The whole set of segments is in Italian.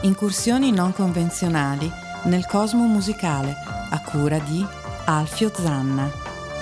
Incursioni non convenzionali nel cosmo musicale, a cura di Alfio Zanna.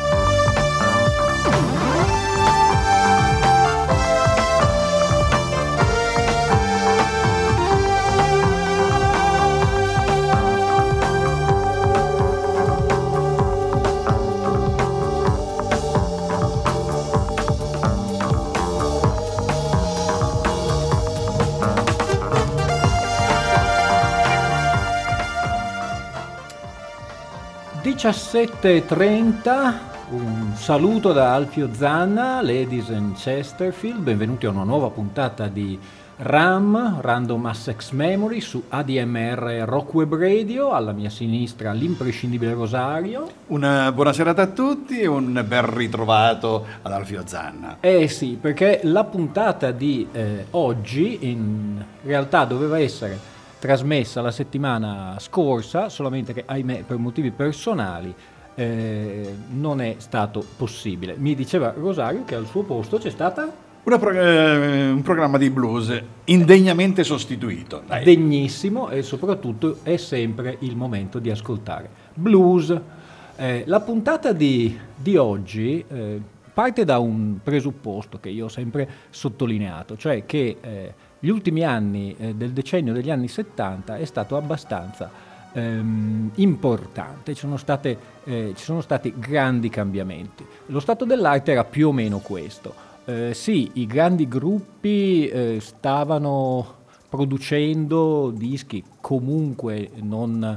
– 17:30, un saluto da Alfio Zanna, ladies and Chesterfield, benvenuti a una nuova puntata di RAM, Random Access Memory, su ADMR Rock Web Radio. Alla mia sinistra l'imprescindibile Rosario. Una buona serata a tutti e un ben ritrovato ad Alfio Zanna. Sì, perché la puntata di oggi in realtà doveva essere trasmessa la settimana scorsa, solamente che ahimè per motivi personali non è stato possibile. Mi diceva Rosario che al suo posto c'è stata un programma di blues indegnamente sostituito. Dai. Degnissimo, e soprattutto è sempre il momento di ascoltare blues. La puntata di oggi parte da un presupposto che io ho sempre sottolineato, cioè che gli ultimi anni del decennio degli anni 70 è stato abbastanza importante, ci sono stati grandi cambiamenti. Lo stato dell'arte era più o meno questo. Sì, i grandi gruppi stavano producendo dischi comunque non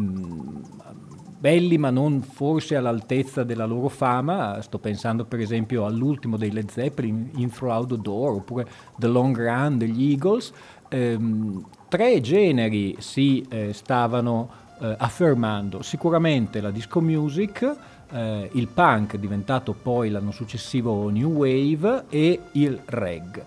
belli, ma non forse all'altezza della loro fama. Sto pensando per esempio all'ultimo dei Led Zeppelin, In Through the Door, oppure The Long Run degli Eagles. Tre generi si stavano affermando: sicuramente la disco music, il punk, diventato poi l'anno successivo new wave, e il reggae.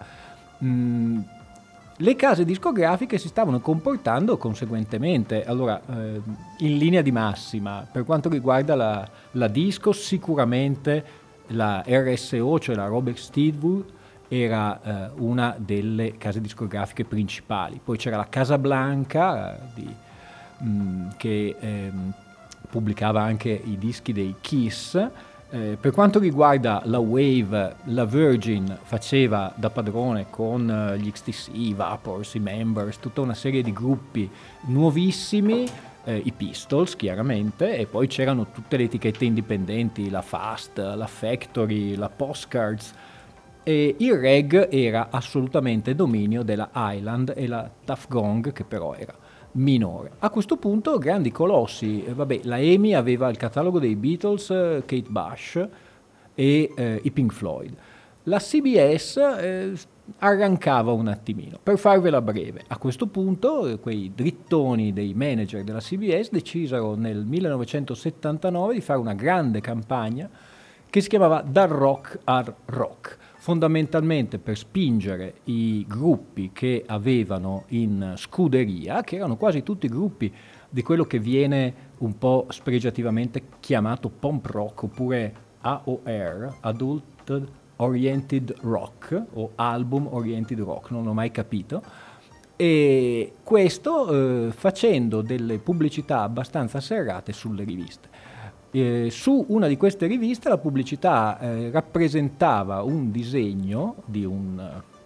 Le case discografiche si stavano comportando conseguentemente. Allora, in linea di massima, per quanto riguarda la disco, sicuramente la RSO, cioè la Robert Stigwood, era una delle case discografiche principali. Poi c'era la Casablanca, che pubblicava anche i dischi dei Kiss. Per quanto riguarda la Wave, la Virgin faceva da padrone con gli XTC, Vapors, i Members, tutta una serie di gruppi nuovissimi, i Pistols chiaramente, e poi c'erano tutte le etichette indipendenti, la Fast, la Factory, la Postcards. E il reggae era assolutamente dominio della Island e la Tuff Gong, che però era minore. A questo punto grandi colossi, la EMI aveva il catalogo dei Beatles, Kate Bush e i Pink Floyd. La CBS arrancava un attimino. Per farvela breve, a questo punto quei drittoni dei manager della CBS decisero nel 1979 di fare una grande campagna che si chiamava Dal Rock al Rock, fondamentalmente per spingere i gruppi che avevano in scuderia, che erano quasi tutti gruppi di quello che viene un po' spregiativamente chiamato pump rock, oppure AOR, Adult Oriented Rock, o Album Oriented Rock, non l'ho mai capito, e questo facendo delle pubblicità abbastanza serrate sulle riviste. Su una di queste riviste la pubblicità rappresentava un disegno di un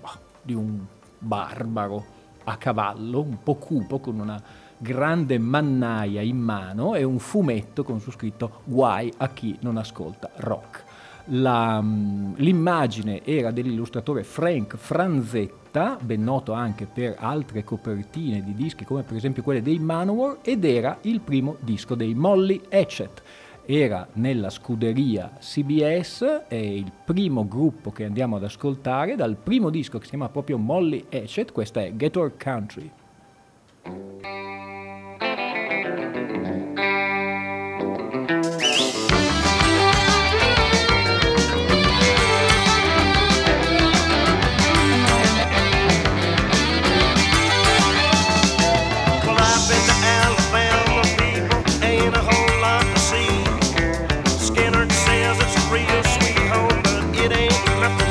barbaro a cavallo, un po' cupo, con una grande mannaia in mano e un fumetto con su scritto "Guai a chi non ascolta rock". L'immagine era dell'illustratore Frank Franzetta, ben noto anche per altre copertine di dischi come per esempio quelle dei Manowar, ed era il primo disco dei Molly Hatchet. Era nella scuderia CBS, è il primo gruppo che andiamo ad ascoltare dal primo disco, che si chiama proprio Molly Hatchet. Questa è Get Our Country.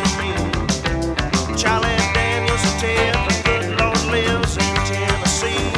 Charlie Daniels, Ted, the good Lord lives in Tennessee.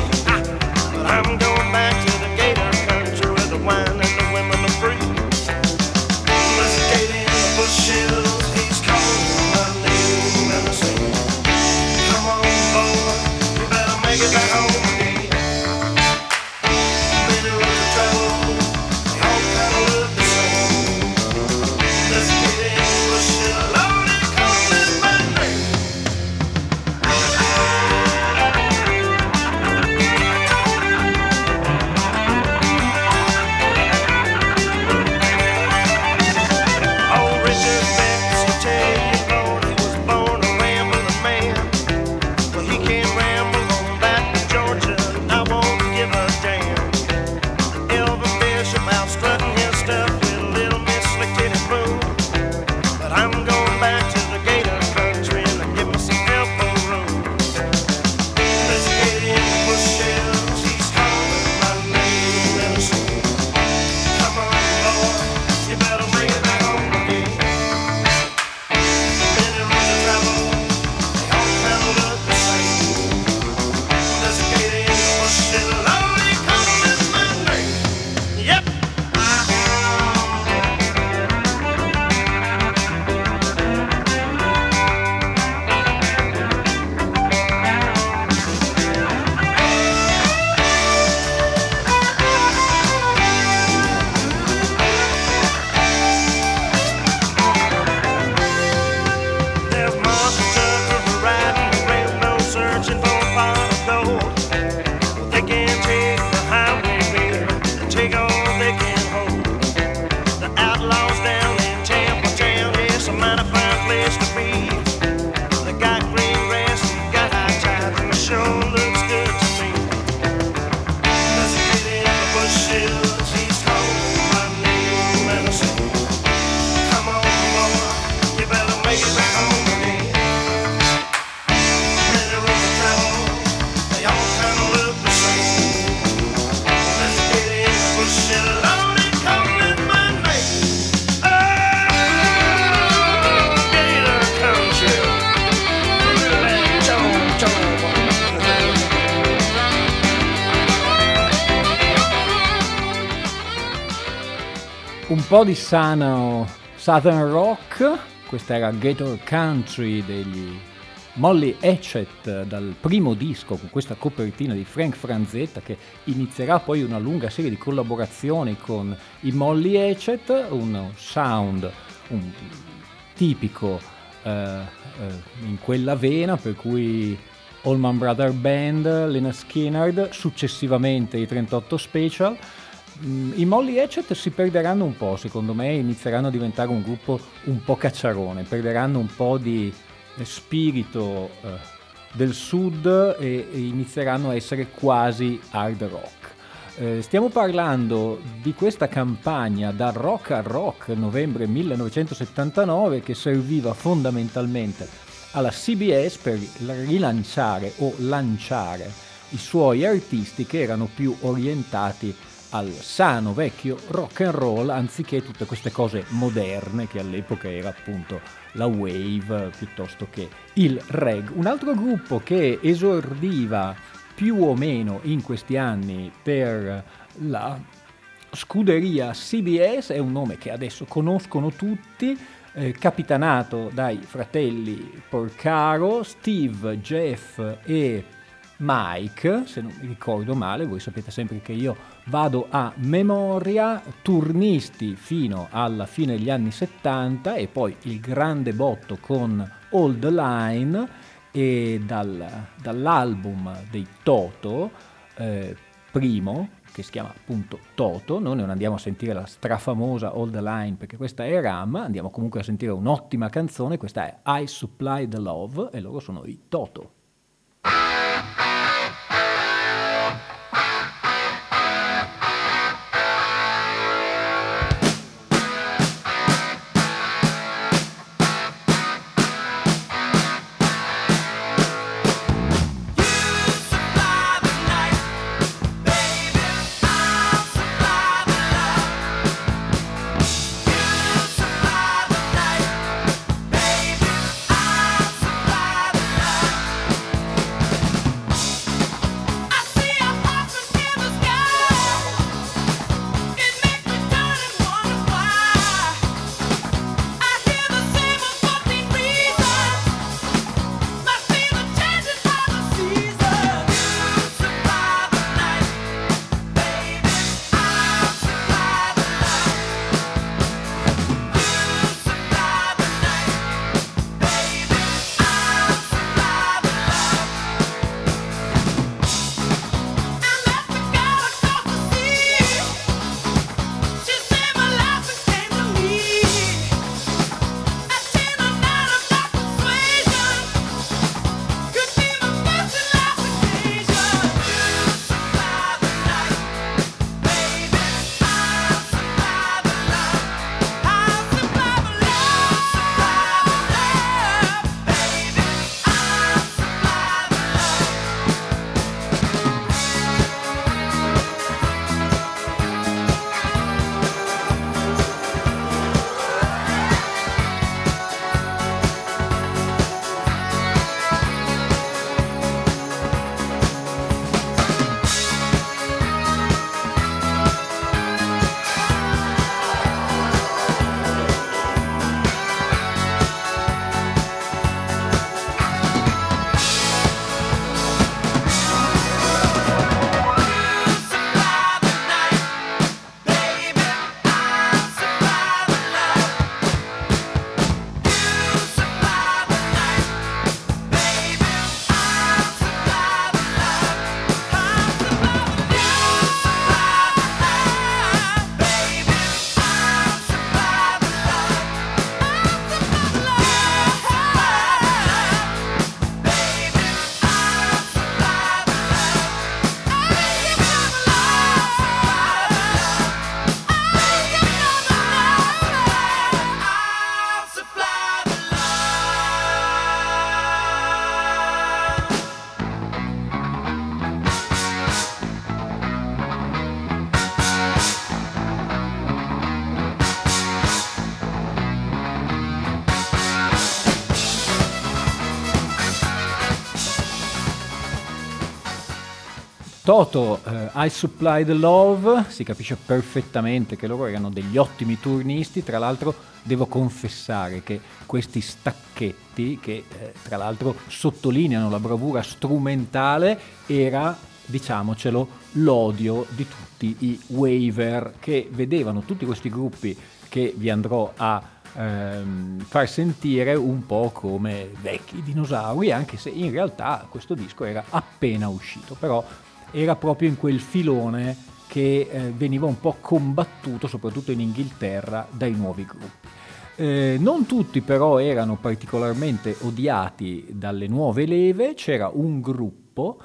po' di sano Southern Rock. Questa era Gator Country degli Molly Hatchet, dal primo disco, con questa copertina di Frank Franzetta, che inizierà poi una lunga serie di collaborazioni con i Molly Hatchet, un sound tipico in quella vena, per cui Allman Brothers Band, Lynyrd Skynyrd, successivamente i 38 Special. I Molly Hatchet si perderanno un po', secondo me, inizieranno a diventare un gruppo un po' cacciarone, perderanno un po' di spirito del sud e inizieranno a essere quasi hard rock. Stiamo parlando di questa campagna da rock a rock, novembre 1979, che serviva fondamentalmente alla CBS per rilanciare o lanciare i suoi artisti che erano più orientati al sano vecchio rock and roll, anziché tutte queste cose moderne che all'epoca era appunto la wave piuttosto che il reg. Un altro gruppo che esordiva più o meno in questi anni per la scuderia CBS è un nome che adesso conoscono tutti, capitanato dai fratelli Porcaro, Steve, Jeff e Mike, se non mi ricordo male. Voi sapete sempre che io vado a memoria, turnisti fino alla fine degli anni 70 e poi il grande botto con All the Line, e dall'album dei Toto, primo, che si chiama appunto Toto. Noi non andiamo a sentire la strafamosa All the Line perché questa è Ram, andiamo comunque a sentire un'ottima canzone, questa è I Supply the Love e loro sono i Toto. Toto, I Supply the Love, si capisce perfettamente che loro erano degli ottimi turnisti. Tra l'altro devo confessare che questi stacchetti, che tra l'altro sottolineano la bravura strumentale, era, diciamocelo, l'odio di tutti i waver, che vedevano tutti questi gruppi che vi andrò a far sentire un po' come vecchi dinosauri, anche se in realtà questo disco era appena uscito, però era proprio in quel filone che veniva un po' combattuto, soprattutto in Inghilterra, dai nuovi gruppi. Non tutti però erano particolarmente odiati dalle nuove leve. C'era un gruppo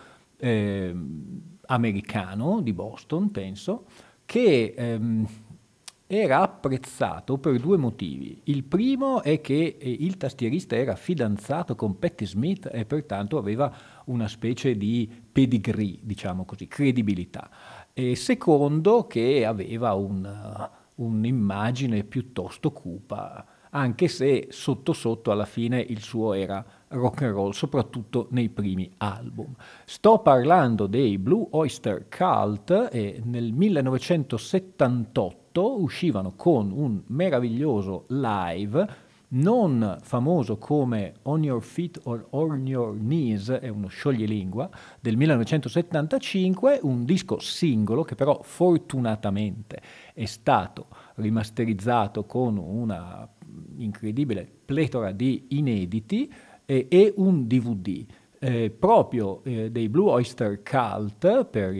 americano di Boston, penso, che era apprezzato per due motivi. Il primo è che il tastierista era fidanzato con Patti Smith e pertanto aveva una specie di pedigree, diciamo così, credibilità. E secondo, che aveva un'immagine piuttosto cupa, anche se sotto sotto alla fine il suo era rock and roll, soprattutto nei primi album. Sto parlando dei Blue Oyster Cult, e nel 1978 uscivano con un meraviglioso live, non famoso come On Your Feet or On Your Knees, è uno scioglilingua, del 1975, un disco singolo che però fortunatamente è stato rimasterizzato con una incredibile pletora di inediti e un DVD proprio dei Blue Oyster Cult per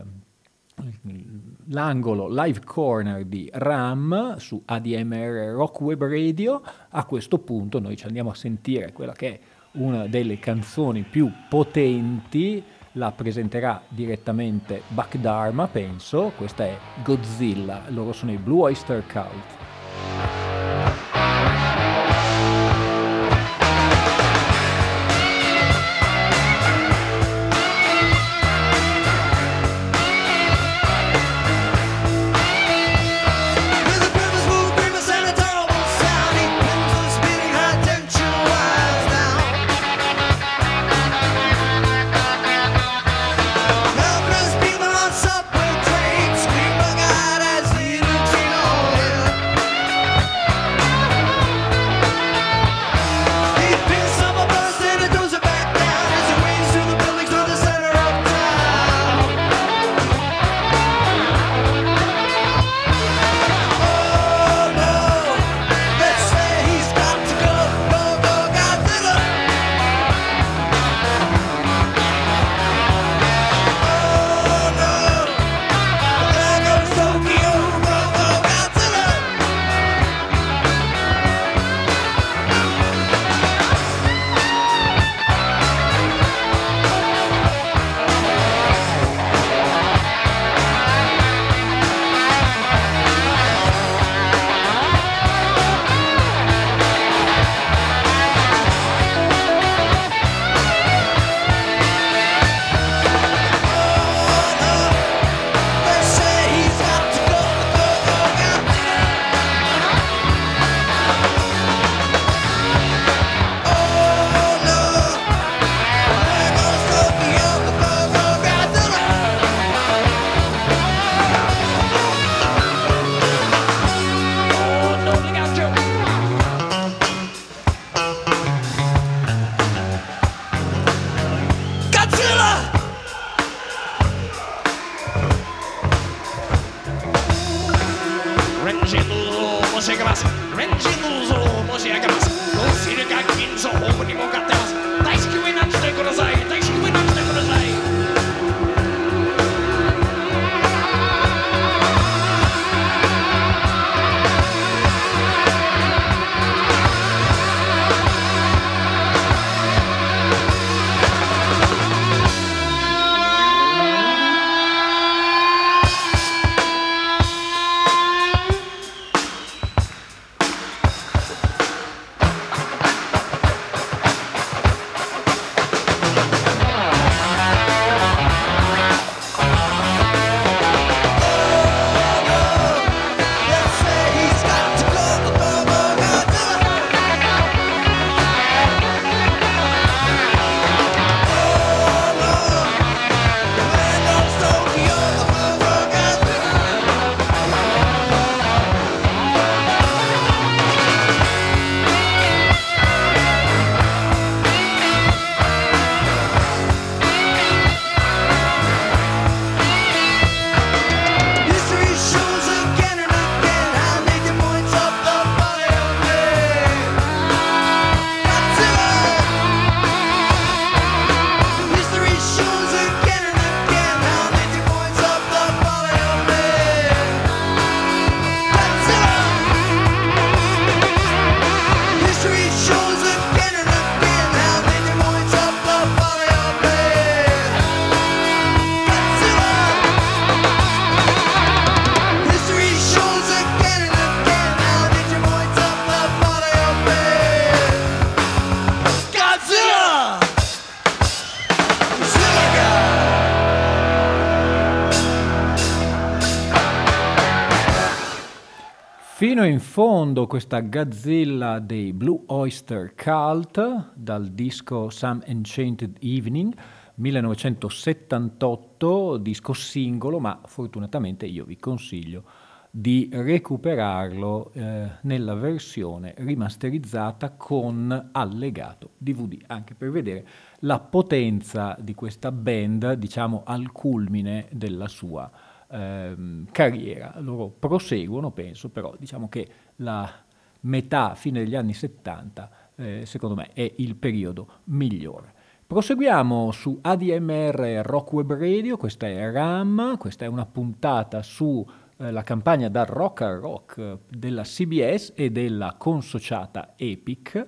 l'angolo Live Corner di RAM su ADMR Rock Web Radio. A questo punto noi ci andiamo a sentire quella che è una delle canzoni più potenti, la presenterà direttamente Buck Dharma, penso. Questa è Godzilla, loro sono i Blue Oyster Cult. People on subway trains scream, "Look out, as the illusion on hill." Fino in fondo questa gazzella dei Blue Oyster Cult dal disco Some Enchanted Evening 1978, disco singolo, ma fortunatamente io vi consiglio di recuperarlo nella versione rimasterizzata con allegato DVD, anche per vedere la potenza di questa band, diciamo al culmine della sua carriera. Loro proseguono, penso, però diciamo che la metà, fine degli anni 70, secondo me è il periodo migliore. Proseguiamo su ADMR Rock Web Radio, questa è RAM, questa è una puntata su la campagna da rock al rock della CBS e della consociata Epic.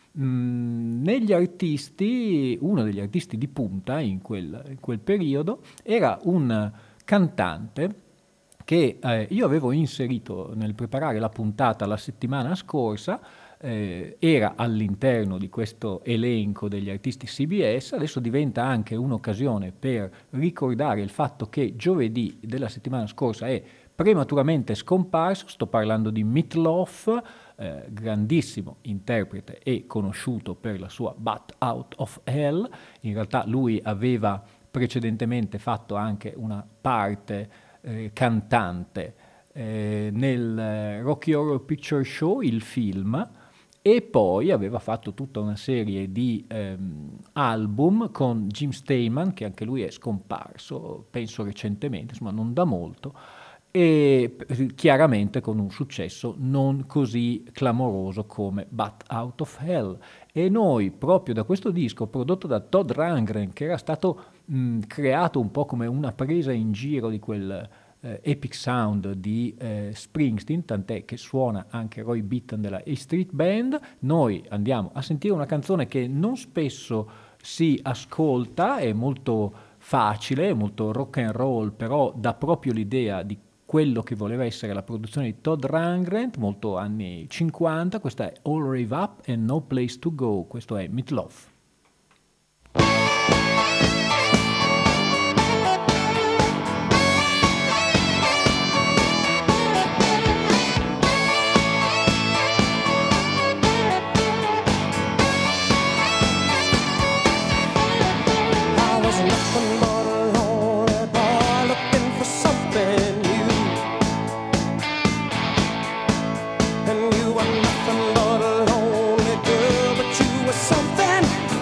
Negli artisti, uno degli artisti di punta in quel periodo era un cantante che io avevo inserito nel preparare la puntata la settimana scorsa, era all'interno di questo elenco degli artisti CBS, adesso diventa anche un'occasione per ricordare il fatto che giovedì della settimana scorsa è prematuramente scomparso. Sto parlando di Meat Loaf, grandissimo interprete e conosciuto per la sua Bat Out of Hell. In realtà lui aveva precedentemente fatto anche una parte cantante nel Rocky Horror Picture Show, il film, e poi aveva fatto tutta una serie di album con Jim Steinman, che anche lui è scomparso, penso recentemente, insomma non da molto, e chiaramente con un successo non così clamoroso come Bat Out of Hell. E noi, proprio da questo disco prodotto da Todd Rundgren, che era stato creato un po' come una presa in giro di quel epic sound di Springsteen, tant'è che suona anche Roy Bittan della A Street Band, noi andiamo a sentire una canzone che non spesso si ascolta, è molto facile, è molto rock and roll, però dà proprio l'idea di quello che voleva essere la produzione di Todd Rundgren, molto anni 50. Questa è All Rave Up and No Place to Go, questo è Meat Loaf. Something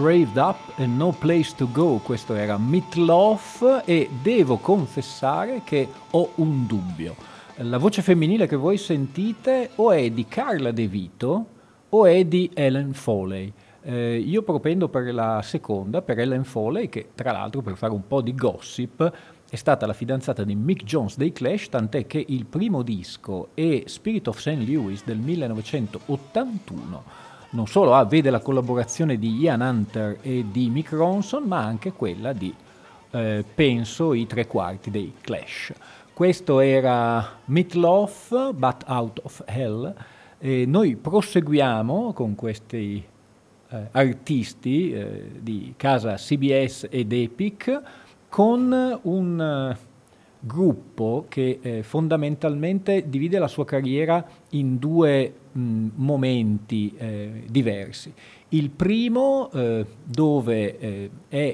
Braved Up and No Place to Go, questo era Meat Loaf, e devo confessare che ho un dubbio. La voce femminile che voi sentite o è di Carla De Vito o è di Ellen Foley. Io propendo per la seconda, per Ellen Foley, che tra l'altro, per fare un po' di gossip, è stata la fidanzata di Mick Jones dei Clash, tant'è che il primo disco è Spirit of St. Louis del 1981. Non solo vede la collaborazione di Ian Hunter e di Mick Ronson, ma anche quella di, penso, i tre quarti dei Clash. Questo era Meat Loaf, But Out of Hell. E noi proseguiamo con questi artisti di casa CBS ed Epic, con un gruppo che fondamentalmente divide la sua carriera in due momenti diversi. Il primo dove è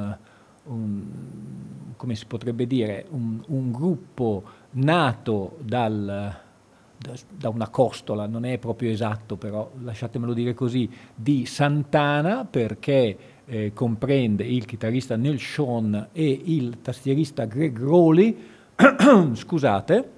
come si potrebbe dire, un gruppo nato da una costola, non è proprio esatto, però lasciatemelo dire così, di Santana, perché comprende il chitarrista Neil Schon e il tastierista Greg Rowley. Scusate.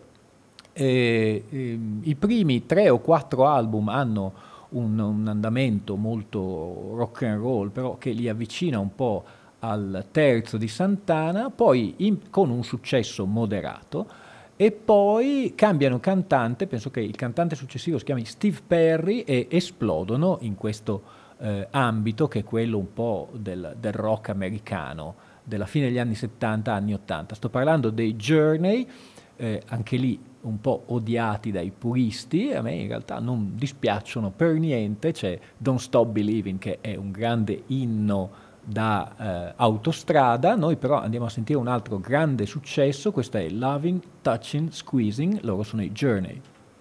I primi 3 o 4 album hanno un andamento molto rock and roll, però che li avvicina un po' al terzo di Santana, poi con un successo moderato, e poi cambiano cantante. Penso che il cantante successivo si chiami Steve Perry, e esplodono in questo ambito che è quello un po' del rock americano della fine degli anni 70, anni 80. Sto parlando dei Journey, anche lì un po' odiati dai puristi. A me in realtà non dispiacciono per niente. C'è Don't Stop Believing, che è un grande inno da autostrada. Noi però andiamo a sentire un altro grande successo. Questo è Loving, Touching, Squeezing. Loro sono i Journey.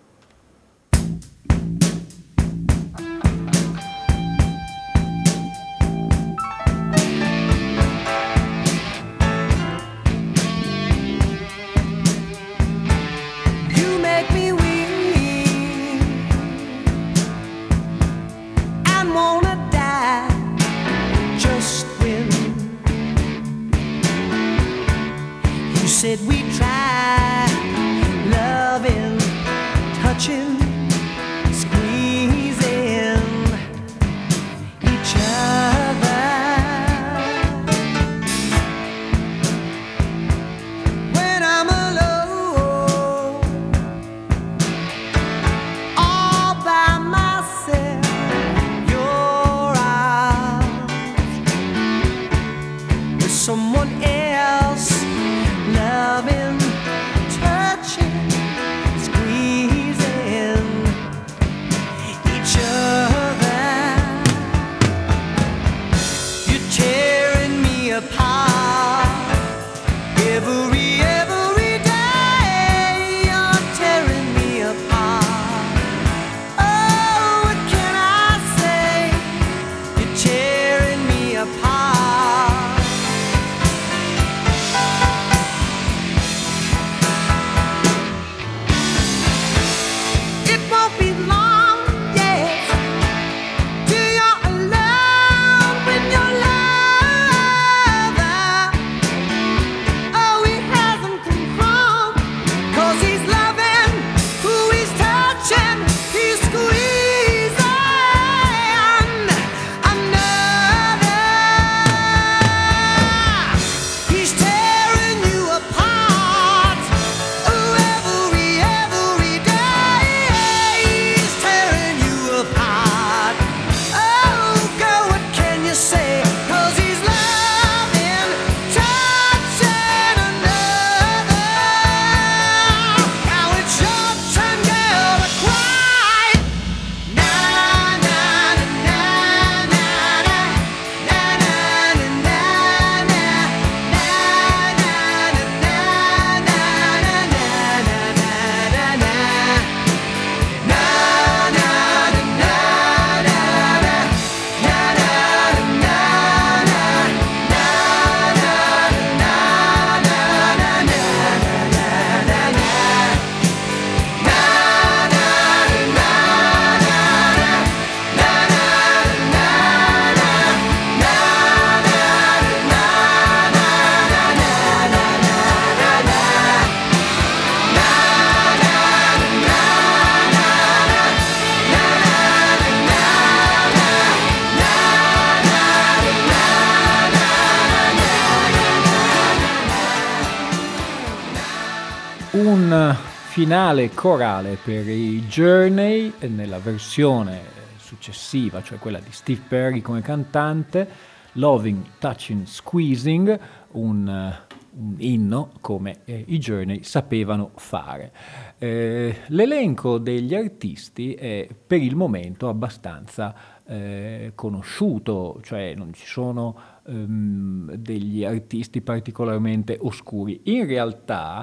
Said we try loving, touching, squeezing each other. When I'm alone, all by myself, your arms with someone else. Loving, touching, squeezing each other. You're tearing me apart every day. You're tearing me apart. Oh, what can I say? You're tearing me apart. Oh, we un finale corale per i Journey nella versione successiva, cioè quella di Steve Perry come cantante, Loving, Touching, Squeezing, un inno come i Journey sapevano fare. L'elenco degli artisti è per il momento abbastanza conosciuto, cioè non ci sono degli artisti particolarmente oscuri. In realtà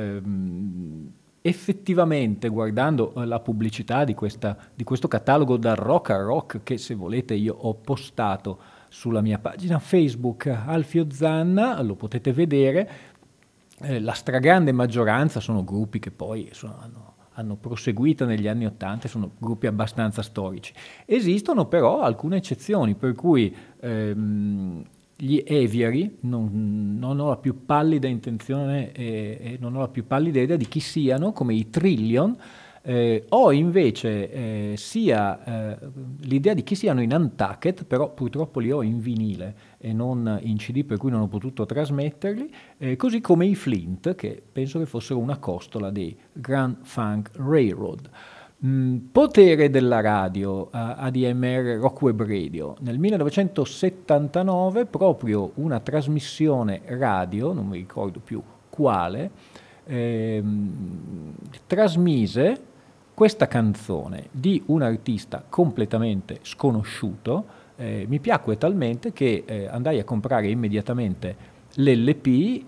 effettivamente, guardando la pubblicità di questo catalogo dal rock al rock, che se volete io ho postato sulla mia pagina Facebook Alfio Zanna, lo potete vedere, la stragrande maggioranza sono gruppi che poi hanno proseguito negli anni '80, sono gruppi abbastanza storici. Esistono però alcune eccezioni, per cui gli Aviary non ho la più pallida intenzione e non ho la più pallida idea di chi siano, come i Trillion. Ho invece sia l'idea di chi siano in Untucked, però purtroppo li ho in vinile e non in CD, per cui non ho potuto trasmetterli, così come i Flint, che penso che fossero una costola dei Grand Funk Railroad. Potere della radio, ADMR Rock Web Radio. Nel 1979 proprio una trasmissione radio, non mi ricordo più quale, trasmise questa canzone di un artista completamente sconosciuto. Mi piacque talmente che andai a comprare immediatamente l'LP,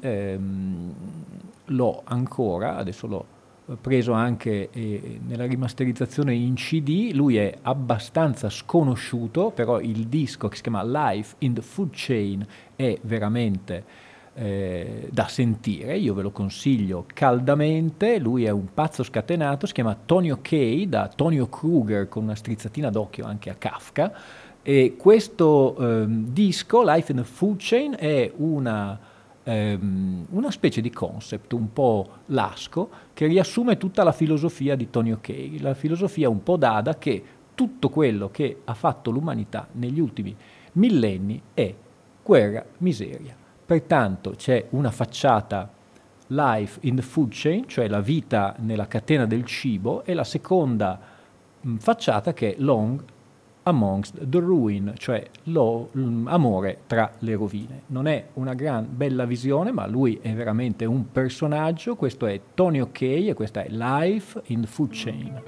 l'ho ancora, adesso l'ho preso anche nella rimasterizzazione in CD. Lui è abbastanza sconosciuto, però il disco, che si chiama Life in the Food Chain, è veramente da sentire, io ve lo consiglio caldamente. Lui è un pazzo scatenato, si chiama Tonio K, da Tonio Kruger, con una strizzatina d'occhio anche a Kafka, e questo disco Life in the Food Chain è una specie di concept un po' lasco che riassume tutta la filosofia di Tonio K, la filosofia un po' dada che tutto quello che ha fatto l'umanità negli ultimi millenni è guerra, miseria. Pertanto c'è una facciata Life in the Food Chain, cioè la vita nella catena del cibo, e la seconda facciata che è Long Amongst the Ruin, cioè amore tra le rovine. Non è una bella visione, ma lui è veramente un personaggio. Questo è Tonio K e questa è Life in the Food Chain.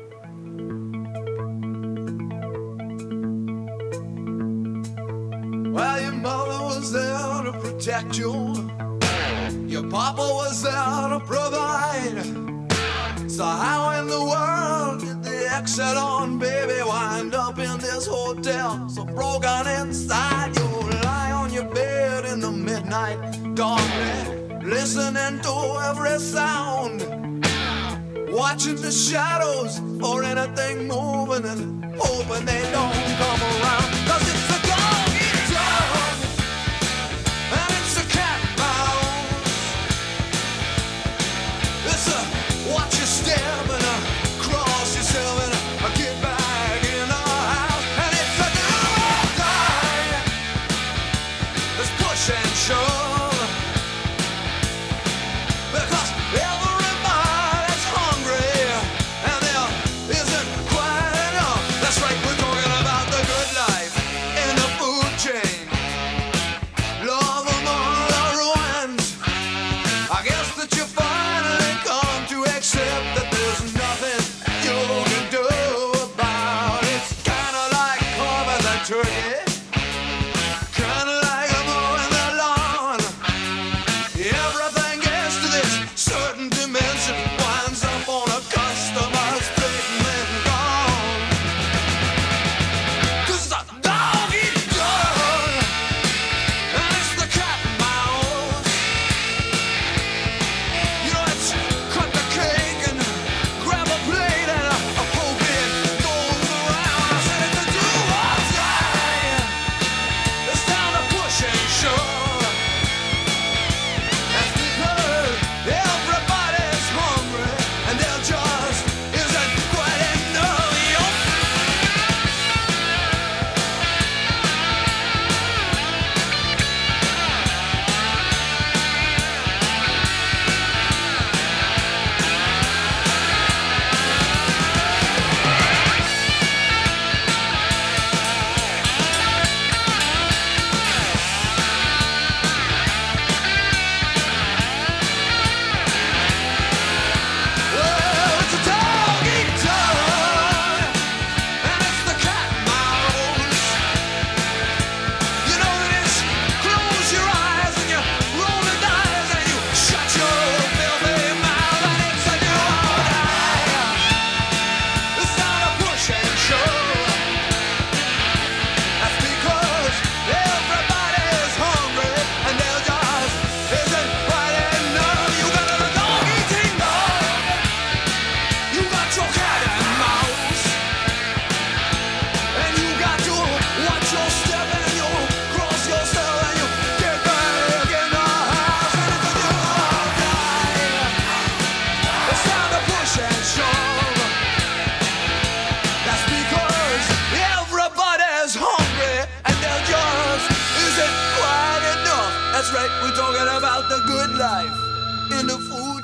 Well, your mother was there to protect you. Your papa was there to provide. So how in the world did the exit on baby wind up in this hotel so broken inside? You lie on your bed in the midnight darkness, listening to every sound, watching the shadows for anything moving and hoping they don't come around. 'Cause it's a dog-eat dog, and it's a cat mouse. It's a watch you step and cross yourself and get back in the house. And it's a die. It's push and shove, because everybody's hungry and there isn't quite enough. That's right, we're talking about the good life.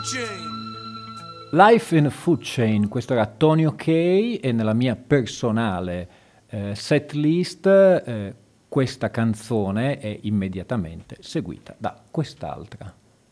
chain. Life in a Food Chain, questo era Tony Ok e nella mia personale set list questa canzone è immediatamente seguita da quest'altra.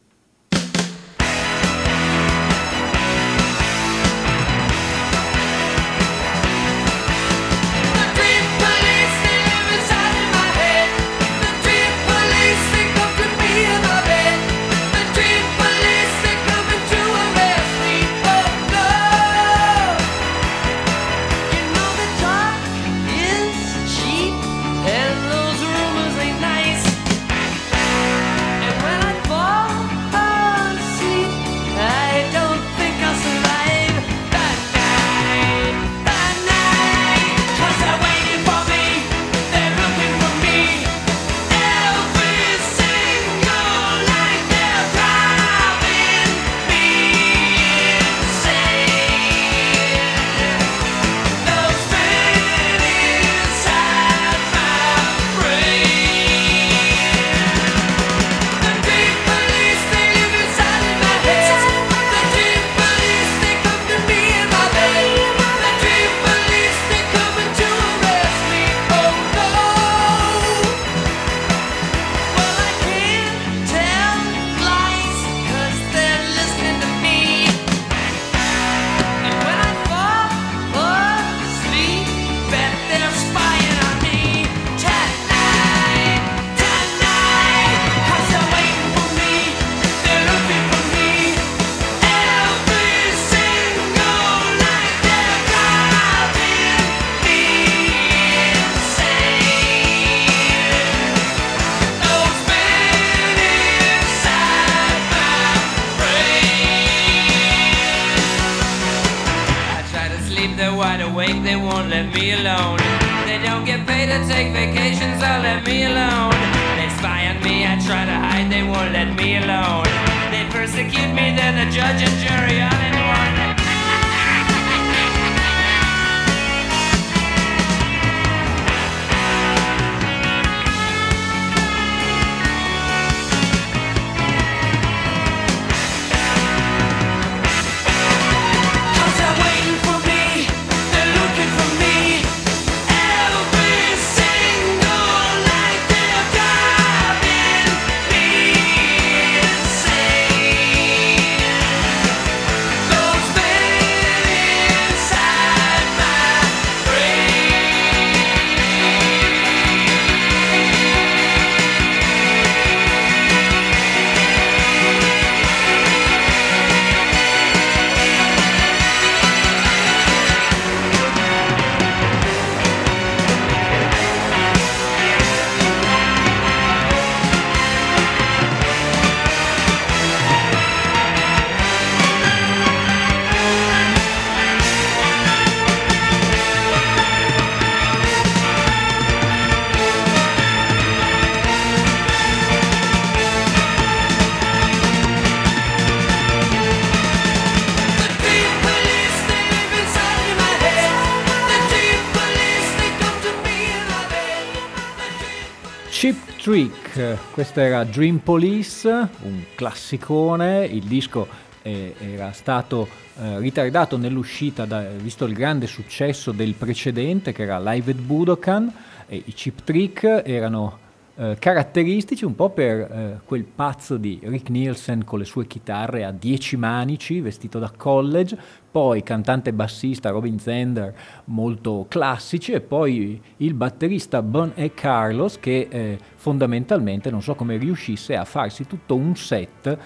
Cheap Trick, questo era Dream Police, un classicone, il disco era stato ritardato nell'uscita visto il grande successo del precedente che era Live at Budokan, e i Cheap Trick erano caratteristici un po' per quel pazzo di Rick Nielsen con le sue chitarre a 10 manici, vestito da college, poi cantante e bassista Robin Zander molto classici, e poi il batterista Bon E. Carlos che fondamentalmente non so come riuscisse a farsi tutto un set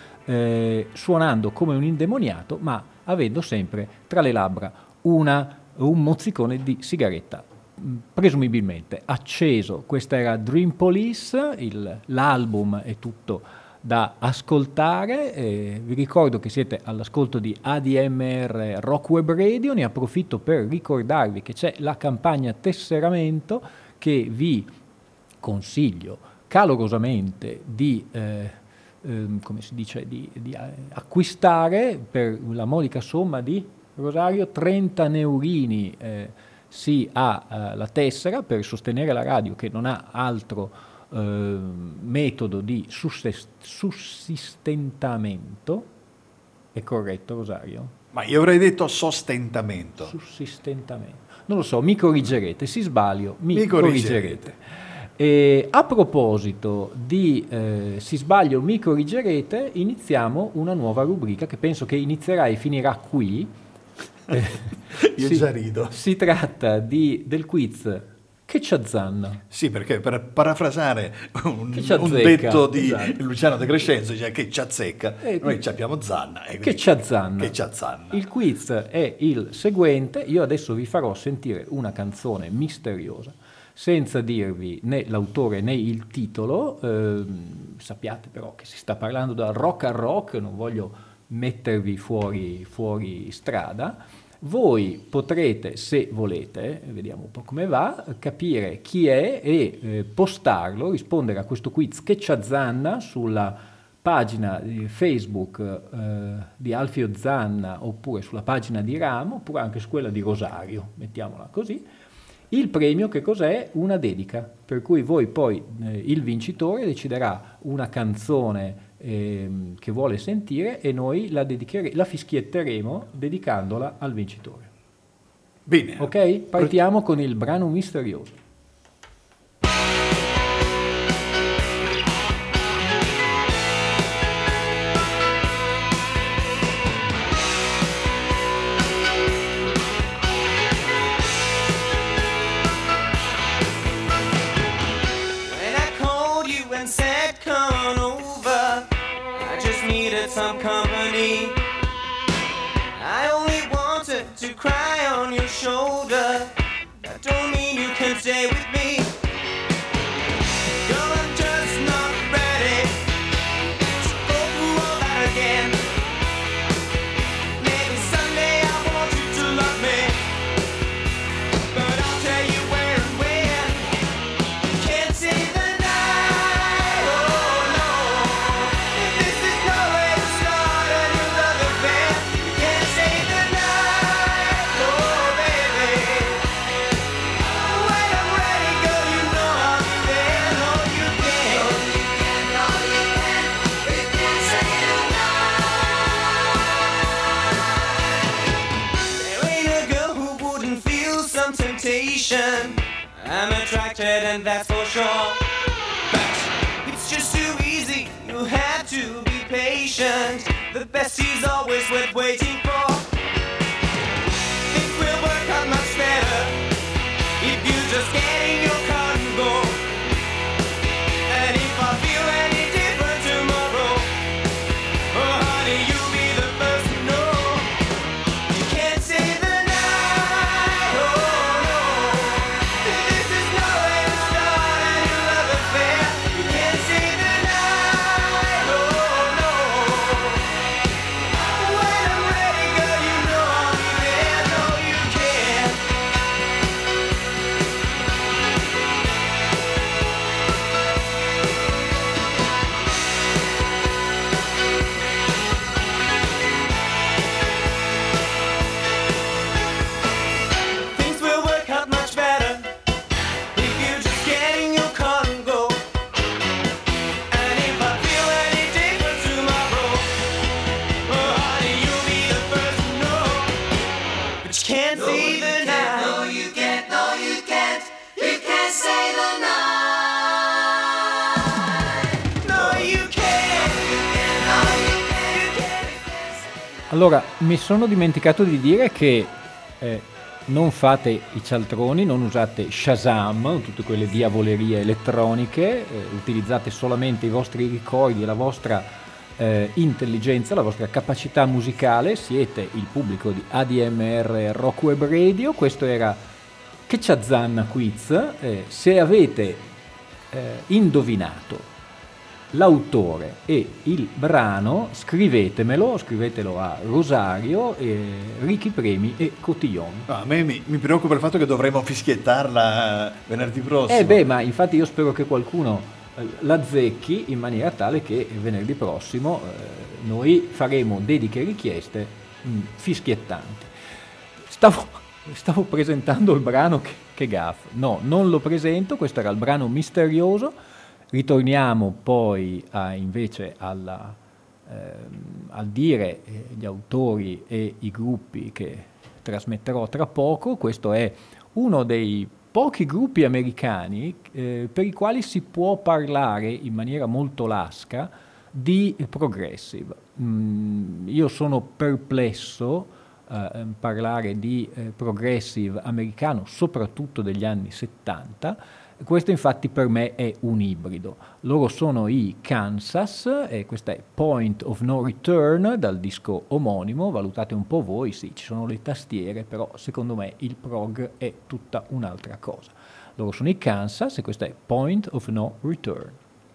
suonando come un indemoniato, ma avendo sempre tra le labbra un mozzicone di sigaretta presumibilmente acceso. Questa era Dream Police, l'album è tutto da ascoltare. Vi ricordo che siete all'ascolto di ADMR Rock Web Radio, ne approfitto per ricordarvi che c'è la campagna Tesseramento che vi consiglio calorosamente di come si dice, di acquistare per la modica somma di, Rosario, 30 neurini. Si ha la tessera per sostenere la radio che non ha altro metodo di sussistentamento, È corretto, Rosario? Ma io avrei detto sostentamento. Sussistentamento. Non lo so, mi corrigerete. Se sbaglio, mi Mi corrigerete. corrigerete. E a proposito di si sbaglio, mi corrigerete, iniziamo una nuova rubrica che penso che inizierà e finirà qui. Io già rido. Si tratta del quiz Che c'azzanna. Sì, perché per parafrasare un Che ci azzecca, detto di esatto. Luciano De Crescenzo, cioè che ci azzecca, noi quindi- ci abbiamo Zanna. E Che quindi- c'azzanna. Che c'azzanna. Il quiz è il seguente, io adesso vi farò sentire una canzone misteriosa, senza dirvi né l'autore né il titolo, sappiate però che si sta parlando da rock a rock, non voglio mettervi fuori strada. Voi potrete, se volete, vediamo un po' come va, capire chi è e postarlo, rispondere a questo quiz Che c'azzanna sulla pagina di Facebook di Alfio Zanna, oppure sulla pagina di Ramo, oppure anche su quella di Rosario, mettiamola così. Il premio che cos'è? Una dedica, per cui voi poi il vincitore deciderà una canzone che vuole sentire e noi la fischietteremo dedicandola al vincitore. Bene. Ok? Partiamo con il brano misterioso. When I called you and said come on over, I just needed some company. I only wanted to cry on your shoulder. That don't mean you can stay with me. Girl, I'm just not ready to go through all that again. Maybe someday I want you to love me, but I'll tell you where and when. Can't say the night, oh no. This is no way to start a new love affair. Can't say the night, oh baby. When I'm ready, girl, you know I'll be there. No, you can't. No, you can't. We can't say the night. There ain't a girl who wouldn't feel some temptation. I'm attracted and that's for sure. But it's just too easy, you have to be patient. The best is always worth waiting for. Things will work out much better if you just get in your car and go. And if I feel any different tomorrow, oh honey, you'll be the first to know. You can't say the night, oh no. This is no way to start a new love affair. You can't say the night, oh no. When I'm ready, girl, you know I'll be there. No, you can't. Things will work out much better if you just get in your car and go. And if I feel any different tomorrow, oh honey, you'll be the first to know. But you can't say the night. No, you can't. No, you can't. You can't say the night. No, you can't. No, you can't. Allora, mi sono dimenticato di dire che non fate i cialtroni, non usate Shazam, tutte quelle diavolerie elettroniche, utilizzate solamente i vostri ricordi e la vostra intelligenza, la vostra capacità musicale, siete il pubblico di ADMR Rock Web Radio, questo era Che c'azzanna quiz, se avete indovinato l'autore e il brano, scrivetelo a Rosario, Ricky Premi e Cotillon. No, a me mi preoccupa il fatto che dovremo fischiettarla venerdì prossimo. Ma infatti io spero che qualcuno l'azzecchi in maniera tale che venerdì prossimo noi faremo dediche richieste fischiettanti. Stavo presentando il brano, che gaff. No, non lo presento, questo era il brano misterioso. Ritorniamo poi invece alla al dire gli autori e i gruppi che trasmetterò tra poco, questo è uno dei pochi gruppi americani per i quali si può parlare in maniera molto lasca di progressive. Io sono perplesso a parlare di progressive americano, soprattutto degli anni 70. Questo infatti per me è un ibrido. Loro sono i Kansas e questa è Point of No Return dal disco omonimo. Valutate un po' voi, sì, ci sono le tastiere, però secondo me il prog è tutta un'altra cosa. Loro sono i Kansas e questa è Point of No Return.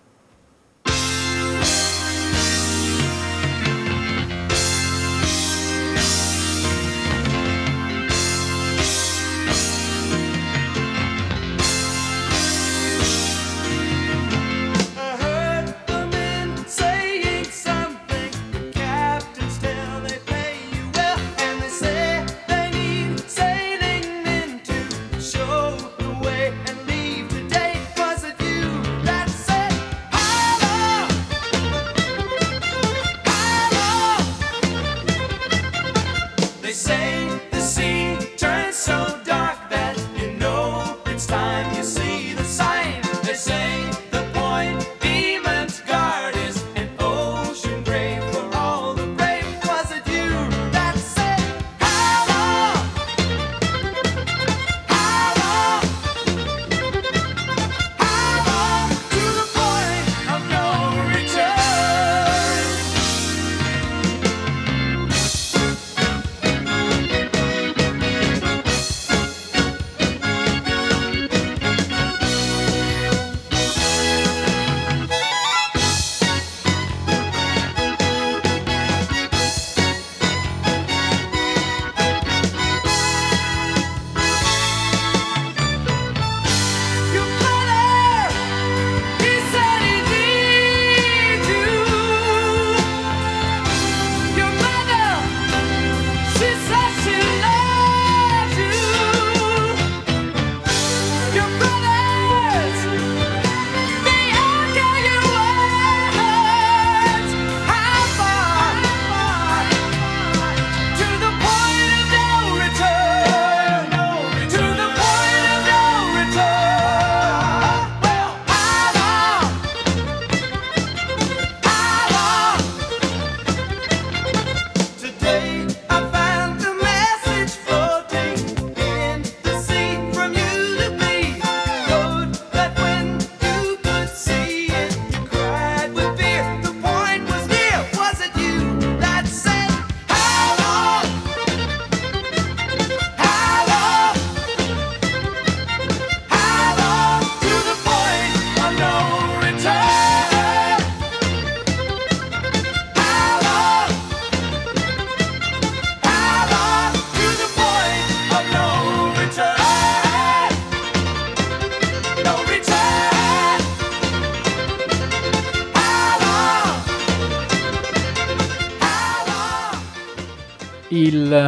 Il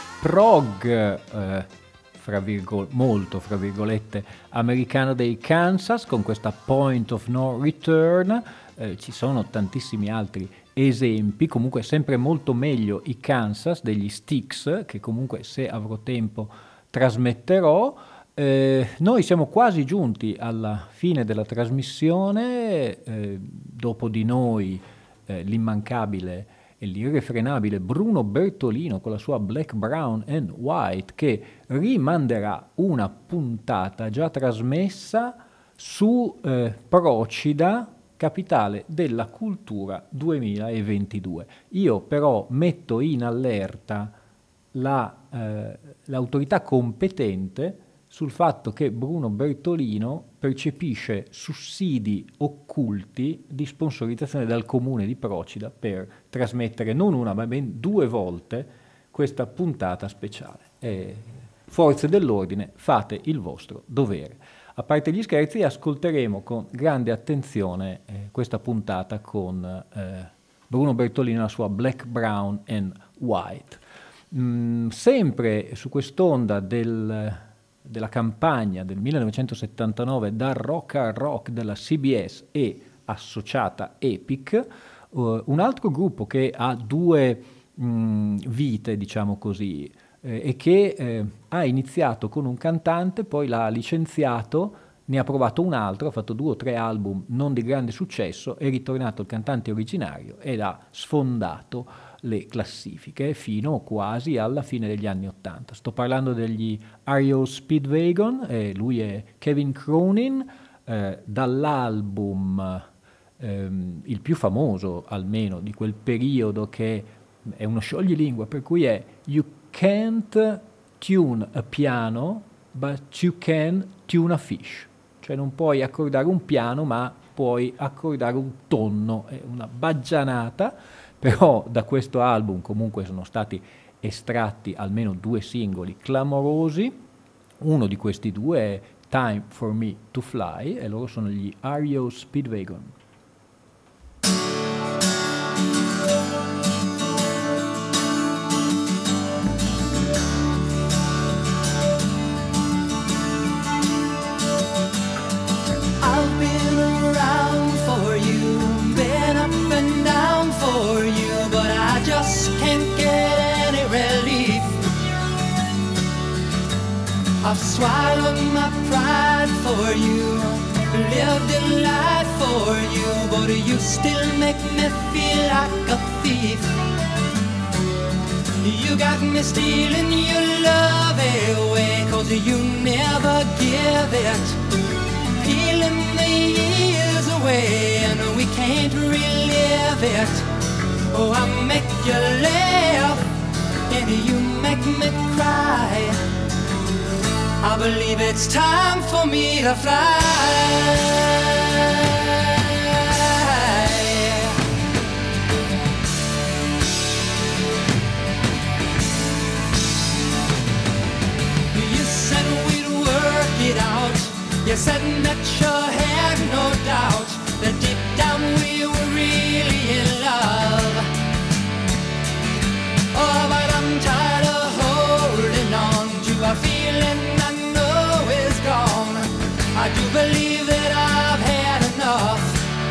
prog, molto fra virgolette, americano dei Kansas, con questa Point of No Return, ci sono tantissimi altri esempi, comunque sempre molto meglio i Kansas degli Styx, che comunque se avrò tempo trasmetterò. Noi siamo quasi giunti alla fine della trasmissione, dopo di noi l'immancabile e l'irrefrenabile Bruno Bertolino con la sua Black, Brown and White, che rimanderà una puntata già trasmessa su Procida, capitale della cultura 2022. Io però metto in allerta l'autorità competente sul fatto che Bruno Bertolino percepisce sussidi occulti di sponsorizzazione dal comune di Procida per trasmettere non una ma ben 2 volte questa puntata speciale. Forze dell'ordine, fate il vostro dovere. A parte gli scherzi, ascolteremo con grande attenzione questa puntata con Bruno Bertolino e la sua Black, Brown and White. Sempre su quest'onda della campagna del 1979 da Rock al Rock della CBS e associata Epic, Un altro gruppo che ha due vite, diciamo così, e che ha iniziato con un cantante, poi l'ha licenziato, ne ha provato un altro, ha fatto 2 o 3 album non di grande successo, è ritornato il cantante originario ed ha sfondato le classifiche fino quasi alla fine degli anni '80. Sto parlando degli REO Speedwagon, lui è Kevin Cronin, dall'album il più famoso almeno di quel periodo, che è uno scioglilingua, per cui è You Can't Tune a Piano, but you can tune a fish. Cioè non puoi accordare un piano, ma puoi accordare un tonno. È una baggianata, però da questo album comunque sono stati estratti almeno 2 singoli clamorosi. Uno di questi 2 è Time for Me to Fly e loro sono gli REO Speedwagon. I've been around for you, been up and down for you, but I just can't get any relief. I've swallowed my pride for you, lived in light for you, but you still make me feel like a thief. You got me stealing your love away, 'cause you never give it, peeling the years away, and we can't relive it. Oh, I make you laugh, and you make me cry. I believe it's time for me to fly. You said we'd work it out. You said that you had no doubt that deep down we were really in love. Oh, but I'm tired of holding on to a feeling I know is gone. I do believe that I've had enough.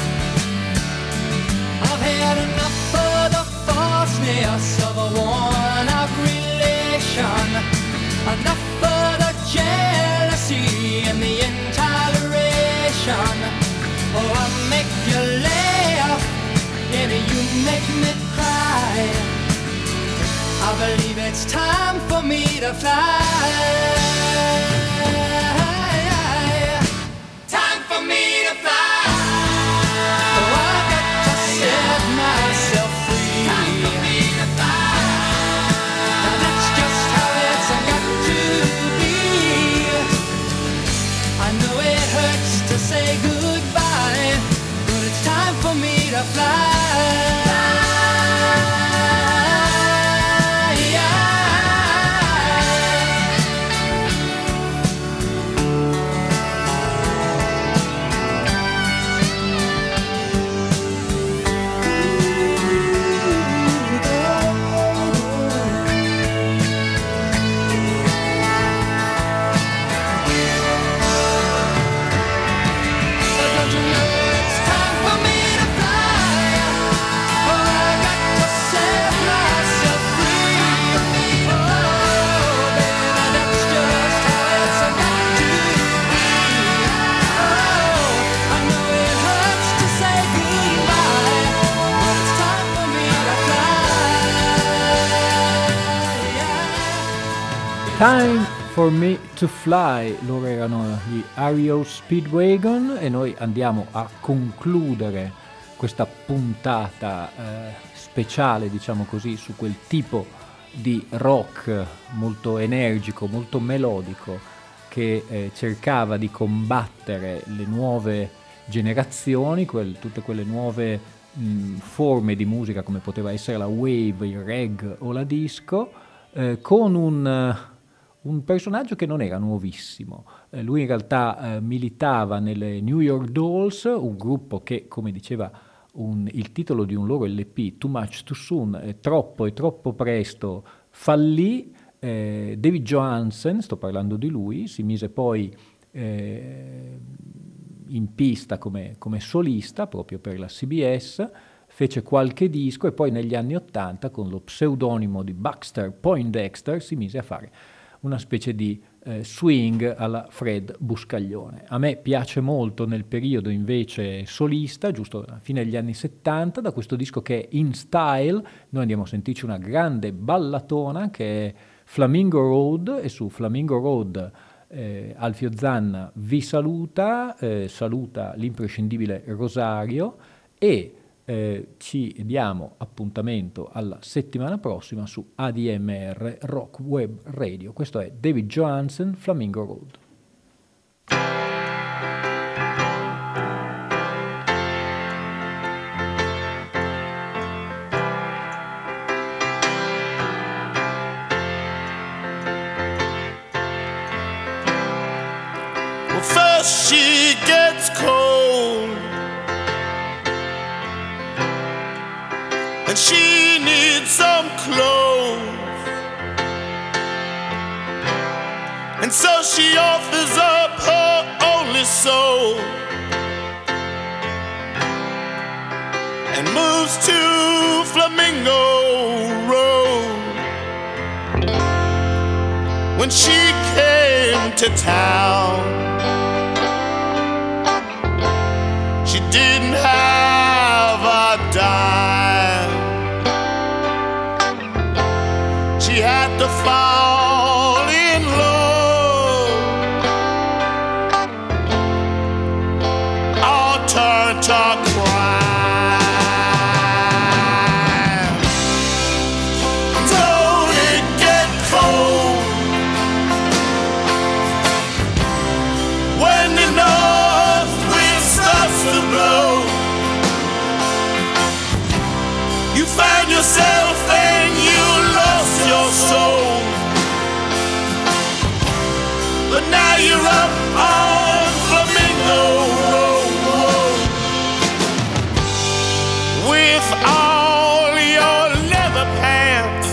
I've had enough of the falseness of a worn-out relation. Enough of the jealousy and the intoleration. Oh, I make you laugh and you make me cry. I believe it's time for me to fly. Time for me to fly. Oh, I've got to set myself free. Time for me to fly. Now that's just how it's got to be. I know it hurts to say goodbye, but it's time for me to fly. Time for Me to Fly, loro erano gli REO Speedwagon e noi andiamo a concludere questa puntata speciale, diciamo così, su quel tipo di rock molto energico, molto melodico, che cercava di combattere le nuove generazioni, tutte quelle nuove forme di musica come poteva essere la wave, il reggae o la disco, con un personaggio che non era nuovissimo. Lui in realtà militava nelle New York Dolls, un gruppo che, come diceva il titolo di un loro LP, Too Much Too Soon, troppo e troppo presto, fallì. David Johansen, sto parlando di lui, si mise poi in pista come solista proprio per la CBS, fece qualche disco e poi negli anni '80 con lo pseudonimo di Baxter Poindexter si mise a fare una specie di swing alla Fred Buscaglione. A me piace molto nel periodo invece solista, giusto alla fine degli anni '70, da questo disco che è In Style. Noi andiamo a sentirci una grande ballatona che è Flamingo Road, e su Flamingo Road Alfio Zanna vi saluta, saluta l'imprescindibile Rosario e ci diamo appuntamento alla settimana prossima su ADMR Rock Web Radio. Questo è David Johansen, Flamingo Road. Well, first she gets cold and she needs some clothes, and so she offers up her only soul and moves to Flamingo Road. When she came to town, she didn't have a dime. She had to fall in love or turn to crime. Don't it get cold when the north wind starts to blow? You find yourself and you lost your soul, but now you're up on Flamingo Road with all your leather pants,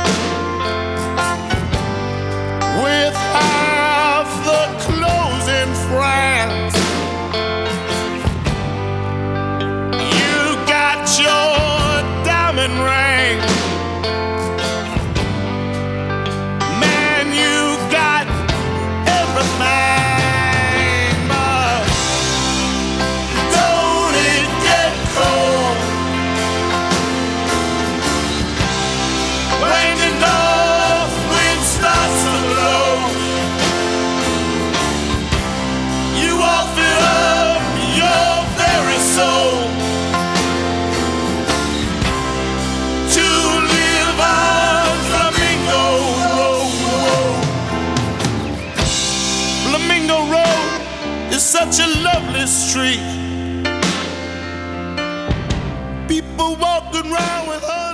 with half the clothes in France. You got your diamond ring, man, you got everything, but don't it get cold when the north wind starts to blow? You offer up your very soul to live on Flamingo Road. Flamingo Road is such a lovely street. People walking around with her